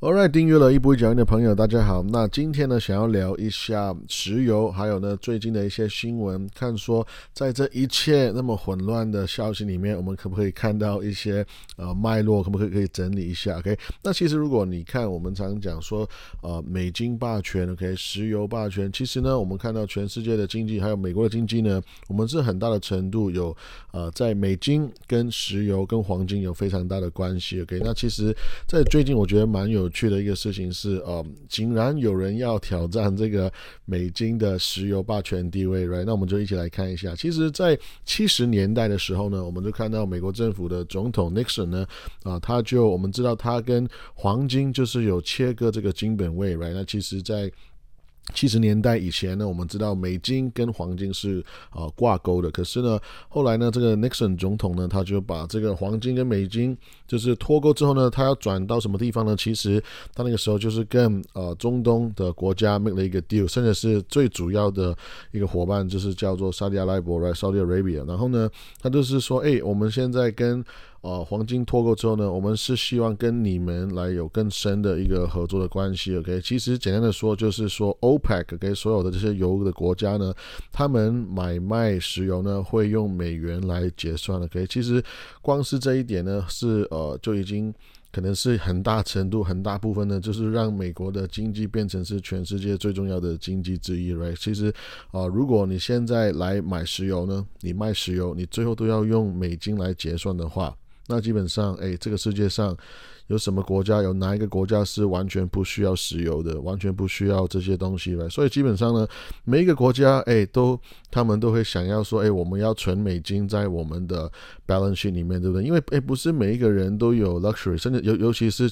Alright， 订阅了一步一脚印的朋友，大家好。那今天呢，想要聊一下石油，还有呢最近的一些新闻，看说在这一切那么混乱的消息里面，我们可不可以看到一些脉络，可不可以整理一下 ？OK， 那其实如果你看我们常讲说美金霸权 ，OK， 石油霸权，其实呢我们看到全世界的经济还有美国的经济呢，我们是很大的程度有在美金跟石油跟黄金有非常大的关系 ，OK， 那其实在最近我觉得蛮有趣的一个事情是，竟然有人要挑战这个美金的石油霸权地位 ，right？ 那我们就一起来看一下。其实，在70年代的时候呢，我们就看到美国政府的总统 Nixon 呢，我们知道他跟黄金就是有切割这个金本位 ，right？ 那其实，在70年代以前呢，我们知道美金跟黄金是挂钩的，可是呢，后来呢，这个 Nixon 总统呢，他就把这个黄金跟美金就是脱钩之后呢，他要转到什么地方呢？其实他那个时候就是跟中东的国家 make 了一个 deal， 甚至是最主要的一个伙伴就是叫做沙特阿拉伯 right Saudi Arabia， 然后呢，他就是说，我们现在跟黄金脱钩之后呢，我们是希望跟你们来有更深的一个合作的关系 ，OK？ 其实简单的说就是说 OPEC 给所有的这些油的国家呢，他们买卖石油呢会用美元来结算 ，OK？ 其实光是这一点呢是就已经可能是很大程度、很大部分呢，就是让美国的经济变成是全世界最重要的经济之一 ，right？ 其实如果你现在来买石油呢，你卖石油，你最后都要用美金来结算的话，那基本上，这个世界上有什么国家，有哪一个国家是完全不需要石油的，完全不需要这些东西，所以基本上呢，每一个国家，他们都会想要说，我们要存美金在我们的 balance sheet 里面，对不对？因为不是每一个人都有 luxury， 甚至尤其是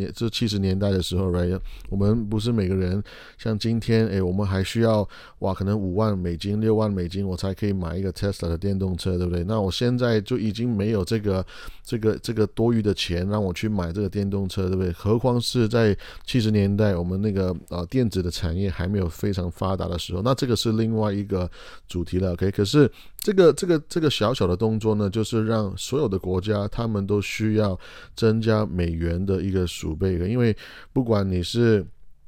70年代的时候 ，right？ 我们不是每个人像今天，我们还需要可能5万美金、6万美金，我才可以买一个 Tesla 的电动车，对不对？那我现在就已经没有这个多余的钱让我去买这个电动车，对不对？何况是在70年代，我们那个电子的产业还没有非常发达的时候，那这个是另外一个主题了 ，OK？ 可是这个小小的动作呢，就是让所有的国家他们都需要增加美元的一个储备，因为不管你是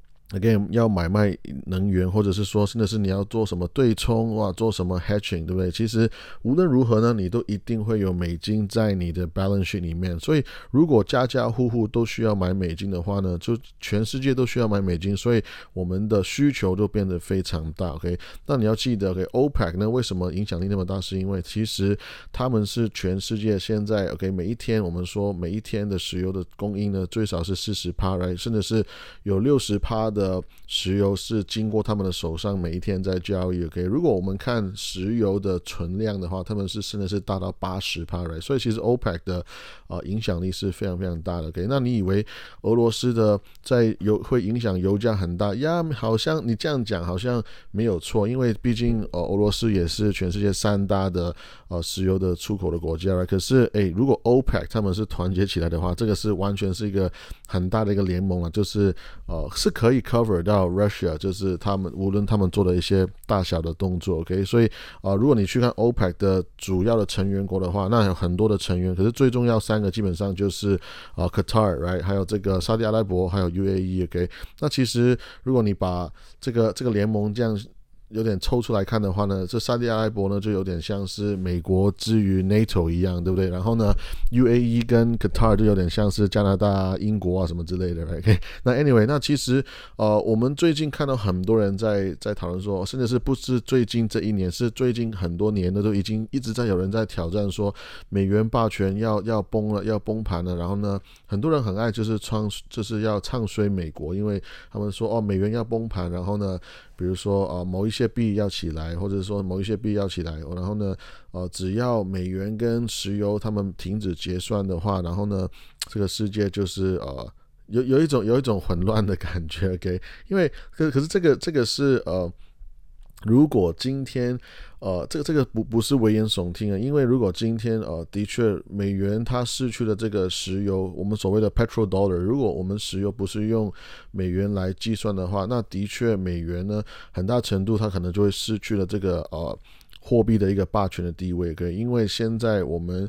again 要买卖能源，或者是说甚至是你要做什么对冲做什么 hedging， 对不对？其实无论如何呢，你都一定会有美金在你的 balance sheet 里面，所以如果家家户户都需要买美金的话呢，就全世界都需要买美金，所以我们的需求就变得非常大 ，OK？ 那你要记得 ，OPEC 呢为什么影响力那么大？是因为其实他们是全世界现在 OK 每一天我们说每一天的石油的供应呢最少是 40%， right？ 甚至是有 60% 的石油是经过他们的手上每一天在交易 ，OK？ 如果我们看石油的存量的话，他们是甚至是大到 80%， right？ 所以其实 OPEC 的影响力是非常非常大的 ，OK？ 那你以为俄罗斯的会影响油价很大呀？好像你这样讲好像没有错，因为毕竟俄罗斯也是全世界3大的石油的出口的国家 ，right？ 可是如果 OPEC 他们是团结起来的话，这个是完全是一个很大的一个联盟了，就是是可以cover 到 Russia， 就是他们无论他们做的一些大小的动作 ，OK？ 所以如果你去看 OPEC 的主要的成员国的话，那有很多的成员，可是最重要3个基本上就是Qatar， right？ 还有这个沙特阿拉伯，还有 UAE，OK？ 那其实如果你把这个联盟这样有点抽出来看的话呢，这沙特阿拉伯呢就有点像是美国之于 NATO 一样，对不对？然后呢 UAE 跟 Qatar 就有点像是加拿大、英国什么之类的 ，OK？ 那 anyway， 那其实我们最近看到很多人在讨论说，甚至是不是最近这一年，是最近很多年的都已经一直在有人在挑战说美元霸权要崩了，要崩盘了，然后呢很多人很爱就是要唱衰美国，因为他们说美元要崩盘，然后呢比如说某一些币要起来，或者说某一些币要起来，然后呢只要美元跟石油他们停止结算的话，然后呢这个世界就是有一种混乱的感觉 ，OK？ 因为可是这个是如果今天这个不是危言耸听啊，因为如果今天的确美元它失去了这个石油，我们所谓的 petrodollar， 如果我们石油不是用美元来计算的话，那的确美元呢很大程度它可能就会失去了这个货币的一个霸权的地位，因为现在我们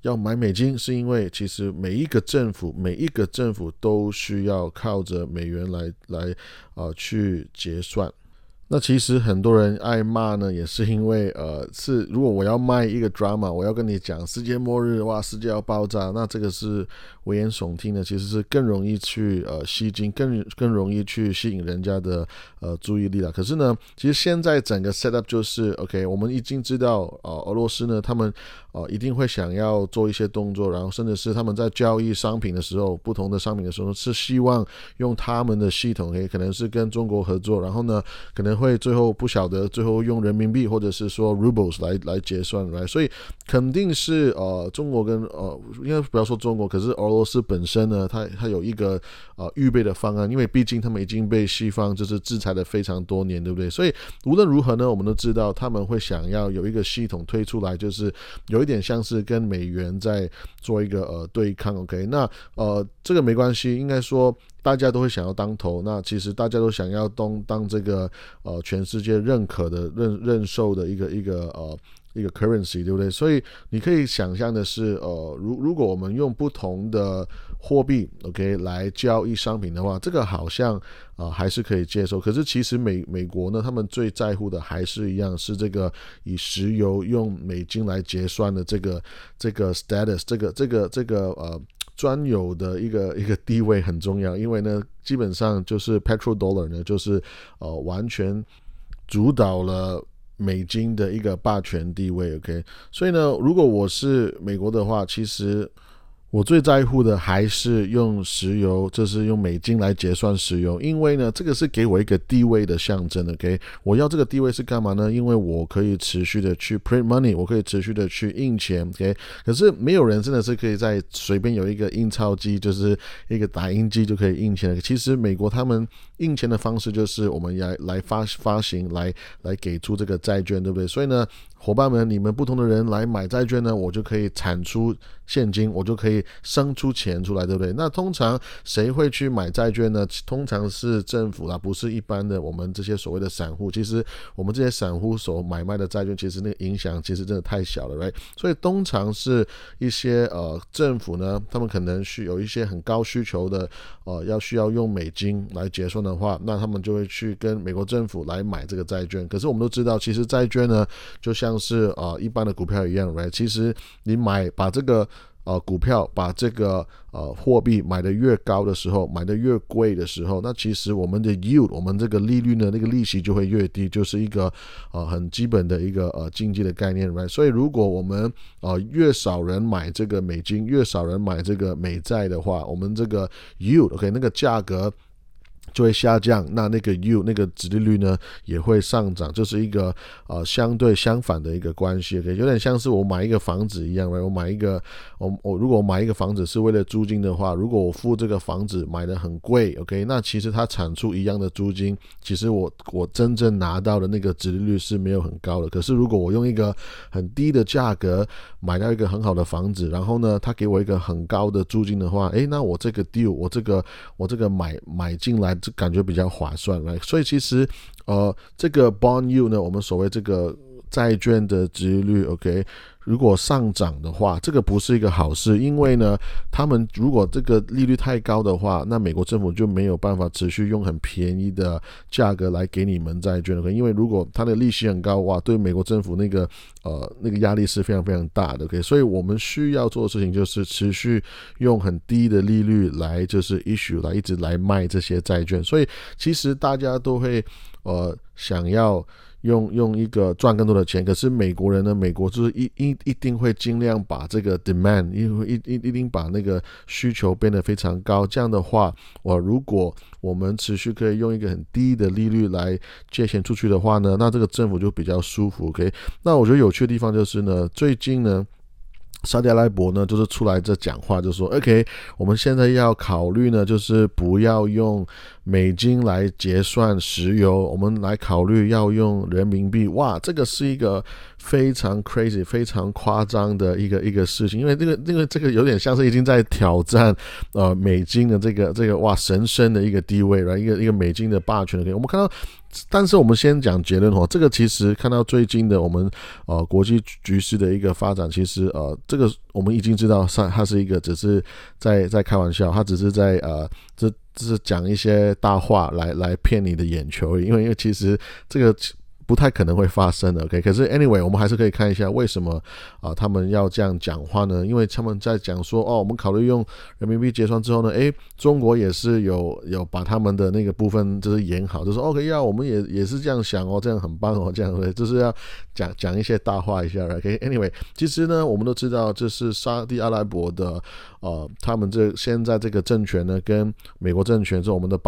要买美金，是因为其实每一个政府都需要靠着美元来去结算。那其实很多人爱骂呢，也是因为如果我要卖一个 drama， 我要跟你讲世界末日，哇，世界要爆炸，那这个是危言耸听的，其实是更容易去吸睛，更容易去吸引人家的注意力啦。可是呢，其实现在整个 setup 就是 OK， 我们已经知道俄罗斯呢，他们一定会想要做一些动作，然后甚至是他们在交易商品的时候，不同的商品的时候，是希望用他们的系统，可能是跟中国合作，然后呢，可能会最后不晓得最后用人民币或者是说 rubles 来结算来，所以肯定是中国跟应该不要说中国，可是俄罗斯本身呢，它有一个预备的方案，因为毕竟他们已经被西方就是制裁了非常多年，对不对？所以无论如何呢，我们都知道他们会想要有一个系统推出来，就是有一点像是跟美元在做一个对抗 OK， 那这个没关系，应该说大家都会想要当头，那其实大家都想要当这个全世界认可的认受的一个 currency， 对不对？所以你可以想象的是如果我们用不同的货币 OK 来交易商品的话，这个好像还是可以接受。可是其实美国呢，他们最在乎的还是一样，是这个以石油用美金来结算的这个 status， 这个专有的一个地位很重要，因为呢，基本上就是 petrodollar 呢，就是完全主导了美金的一个霸权地位 OK， 所以呢，如果我是美国的话，其实我最在乎的还是用石油，就是用美金来结算石油，因为呢，这个是给我一个地位的象征 OK， 我要这个地位是干嘛呢？因为我可以持续的去 print money， 我可以持续的去印钱 OK， 可是没有人真的是可以在随便有一个印钞机，就是一个打印机就可以印钱的。其实美国他们印钱的方式就是我们来发行来给出这个债券，对不对？所以呢，伙伴们，你们不同的人来买债券呢，我就可以产出现金，我就可以生出钱出来，对不对？那通常谁会去买债券呢？通常是政府啦，不是一般的我们这些所谓的散户。其实我们这些散户所买卖的债券，其实那个影响其实真的太小了 right？ 所以通常是一些政府呢，他们可能有一些很高需求的需要用美金来结算的话，那他们就会去跟美国政府来买这个债券。可是我们都知道，其实债券呢，就像是一般的股票一样 right？ 其实你把这个股票，把这个货币买得越高的时候，买得越贵的时候，那其实我们的 yield， 我们这个利率呢，那个利息就会越低，就是一个很基本的一个经济的概念 right？ 所以如果我们越少人买这个美金，越少人买这个美债的话，我们这个 yield OK 那个价格就会下降，那个 yield 那个殖利率呢也会上涨，就是一个相对相反的一个关系 OK， 有点像是我买一个房子一样 right？ 如果我买一个房子是为了租金的话，如果我付这个房子买得很贵 OK， 那其实它产出一样的租金，其实我真正拿到的那个殖利率是没有很高的。可是如果我用一个很低的价格买到一个很好的房子，然后呢他给我一个很高的租金的话，那我这个 deal 我这个买进来感觉比较划算 right？ 所以其实这个 bond yield 呢，我们所谓这个债券的殖利率 OK， 如果上涨的话，这个不是一个好事，因为呢，他们如果这个利率太高的话，那美国政府就没有办法持续用很便宜的价格来给你们债券 OK， 因为如果它的利息很高，哇，对美国政府那个压力是非常非常大的 OK， 所以我们需要做的事情就是持续用很低的利率来就是 issue 来一直来卖这些债券，所以其实大家都会想要用一个赚更多的钱，可是美国人呢，美国就是一定会尽量把这个 demand 一定把那个需求变得非常高，这样的话如果我们持续可以用一个很低的利率来借钱出去的话呢，那这个政府就比较舒服 OK。 那我觉得有趣的地方就是呢，最近呢沙特阿拉伯呢就是出来这讲话，就说 OK 我们现在要考虑呢，就是不要用美金来结算石油，我们来考虑要用人民币。哇，这个是一个非常 crazy 非常夸张的一个事情，因为这个有点像是已经在挑战美金的这个哇神圣的一个地位，一个美金的霸权的。我们看到，但是我们先讲结论这个其实看到最近的我们国际局势的一个发展，其实这个我们已经知道他是一个只是在开玩笑，他只是在就是讲一些大话来骗你的眼球而已，因为其实这个不太可能会发生的 ，OK。可是 anyway， 我们还是可以看一下为什么他们要这样讲话呢？因为他们在讲说，我们考虑用人民币结算之后呢，中国也是有把他们的那个部分就是演好，就是 OK 我们也是这样想这样很棒这样就是要讲一些大话一下 ，OK。anyway， 其实呢，我们都知道这是沙地阿拉伯的他们现在这个政权呢，跟美国政权，是我们的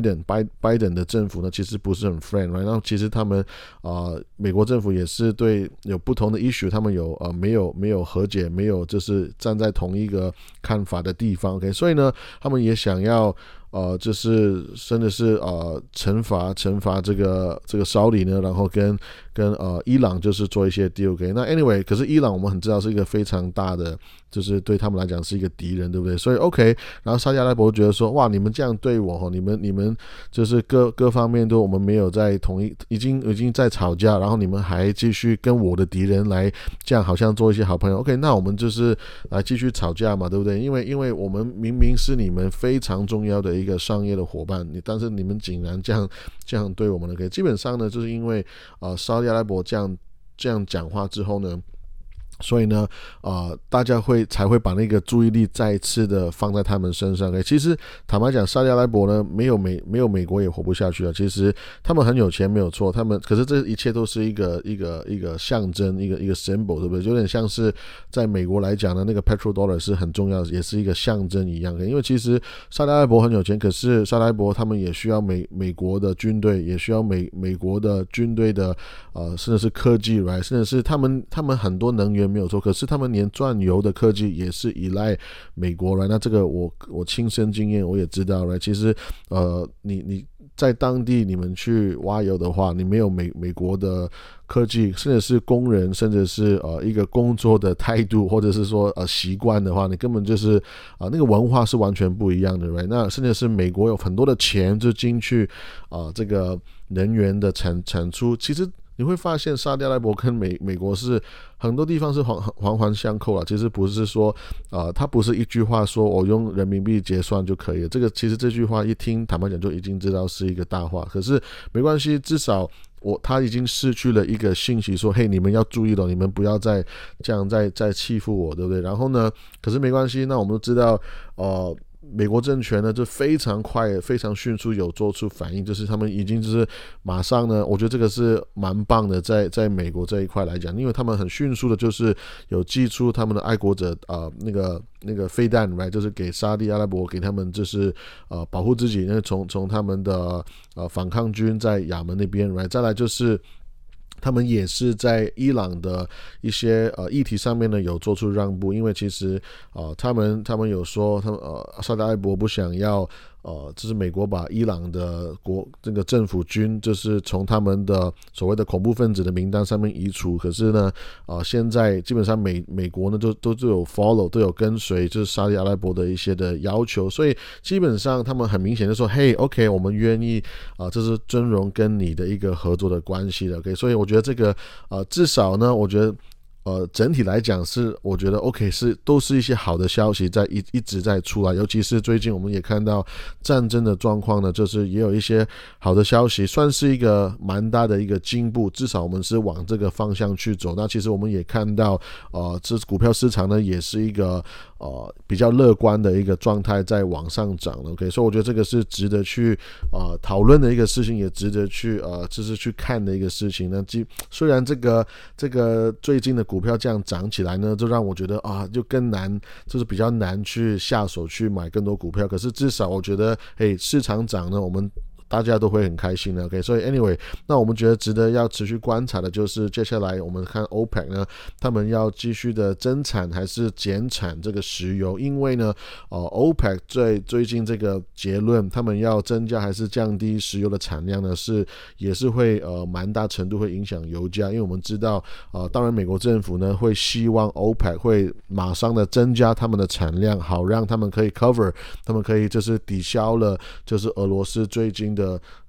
Biden 的政府呢，其实不是很 friend， 然后其实他们美国政府也是对有不同的 issue， 他们有没有和解，没有就是站在同一个看法的地方 ，OK， 所以呢，他们也想要就是真的是惩罚这个沙地呢，然后跟伊朗就是做一些 deal， 那 anyway， 可是伊朗我们很知道是一个非常大的，就是对他们来讲是一个敌人，对不对？所以 OK， 然后沙特阿拉伯觉得说，哇，你们这样对我，你们就是各方面都我们没有在同一，已经在吵架，然后你们还继续跟我的敌人来这样好像做一些好朋友 ，OK， 那我们就是来继续吵架嘛，对不对？因为我们明明是你们非常重要的一个商业的伙伴，但是你们竟然这样对我们的，基本上呢，就是因为沙特阿拉伯这样讲话之后呢，所以呢，大家才会把那个注意力再次的放在他们身上。其实坦白讲，沙特阿拉伯呢，没有美国也活不下去了。其实他们很有钱，没有错，可是这一切都是一个象征，一个 symbol， 对不对？有点像是在美国来讲呢，那个 petrodollar 是很重要的，也是一个象征一样的。因为其实沙特阿拉伯很有钱，可是沙特阿拉伯他们也需要美国的军队，也需要美国的军队的甚至是科技，甚至是他们很多能源没有错，可是他们连钻油的科技也是依赖美国，那这个我亲身经验我也知道，其实你在当地你们去挖油的话，你没有美国的科技，甚至是工人，甚至是一个工作的态度，或者是说习惯的话，你根本就是那个文化是完全不一样的，那甚至是美国有很多的钱就进去这个能源的产出，其实你会发现沙特阿拉伯跟美国是很多地方是环环相扣了。其实不是说它不是一句话说我用人民币结算就可以了，其实这句话一听坦白讲就已经知道是一个大话，可是没关系，至少他已经失去了一个信息说，嘿，你们要注意了，你们不要再这样再欺负我，对不对？然后呢，可是没关系，那我们都知道美国政权呢就非常快非常迅速有做出反应，就是他们已经就是马上呢，我觉得这个是蛮棒的，在美国这一块来讲，因为他们很迅速的就是有寄出他们的爱国者那个飞弹就是给沙地阿拉伯，给他们就是保护自己，从他们的反抗军在亚门那边再来就是他们也是在伊朗的一些议题上面呢有做出让步，因为其实他们有说沙特阿拉伯不想要就是美国把伊朗的这个政府军就是从他们的所谓的恐怖分子的名单上面移除，可是呢现在基本上美国呢都有 follow， 都有跟随就是沙特阿拉伯的一些的要求，所以基本上他们很明显的说，嘿 OK， 我们愿意这是尊荣跟你的一个合作的关系的 OK， 所以我觉得这个至少呢，我觉得整体来讲是我觉得 OK， 都是一些好的消息在一直在出来，尤其是最近我们也看到战争的状况呢，就是也有一些好的消息，算是一个蛮大的一个进步，至少我们是往这个方向去走。那其实我们也看到这股票市场呢也是一个比较乐观的一个状态在往上涨了 OK， 所以我觉得这个是值得去讨论的一个事情，也值得去就是去看的一个事情。那虽然这个最近的股票这样涨起来呢，就让我觉得就更难，就是比较难去下手去买更多股票，可是至少我觉得市场涨呢，我们大家都会很开心的 OK， 所以 anyway， 那我们觉得值得要持续观察的就是接下来我们看 OPEC 呢，他们要继续的增产还是减产这个石油，因为呢OPEC 最近这个结论，他们要增加还是降低石油的产量呢，也是会蛮大程度会影响油价，因为我们知道当然美国政府呢会希望 OPEC 会马上的增加他们的产量，好让他们可以 cover， 他们可以就是抵消了就是俄罗斯最近的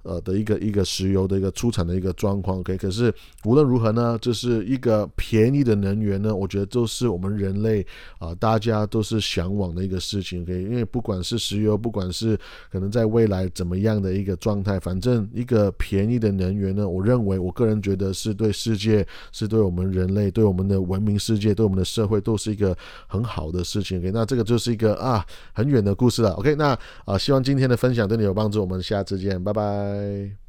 的一个石油的一个出产的一个状况。OK， 可是无论如何呢，这是一个便宜的能源呢，我觉得都是我们人类大家都是向往的一个事情。OK， 因为不管是石油，不管是可能在未来怎么样的一个状态，反正一个便宜的能源呢，我个人觉得是对世界，是对我们人类，对我们的文明世界，对我们的社会都是一个很好的事情。OK， 那这个就是一个很远的故事了。OK， 那希望今天的分享对你有帮助，我们下次见，拜拜。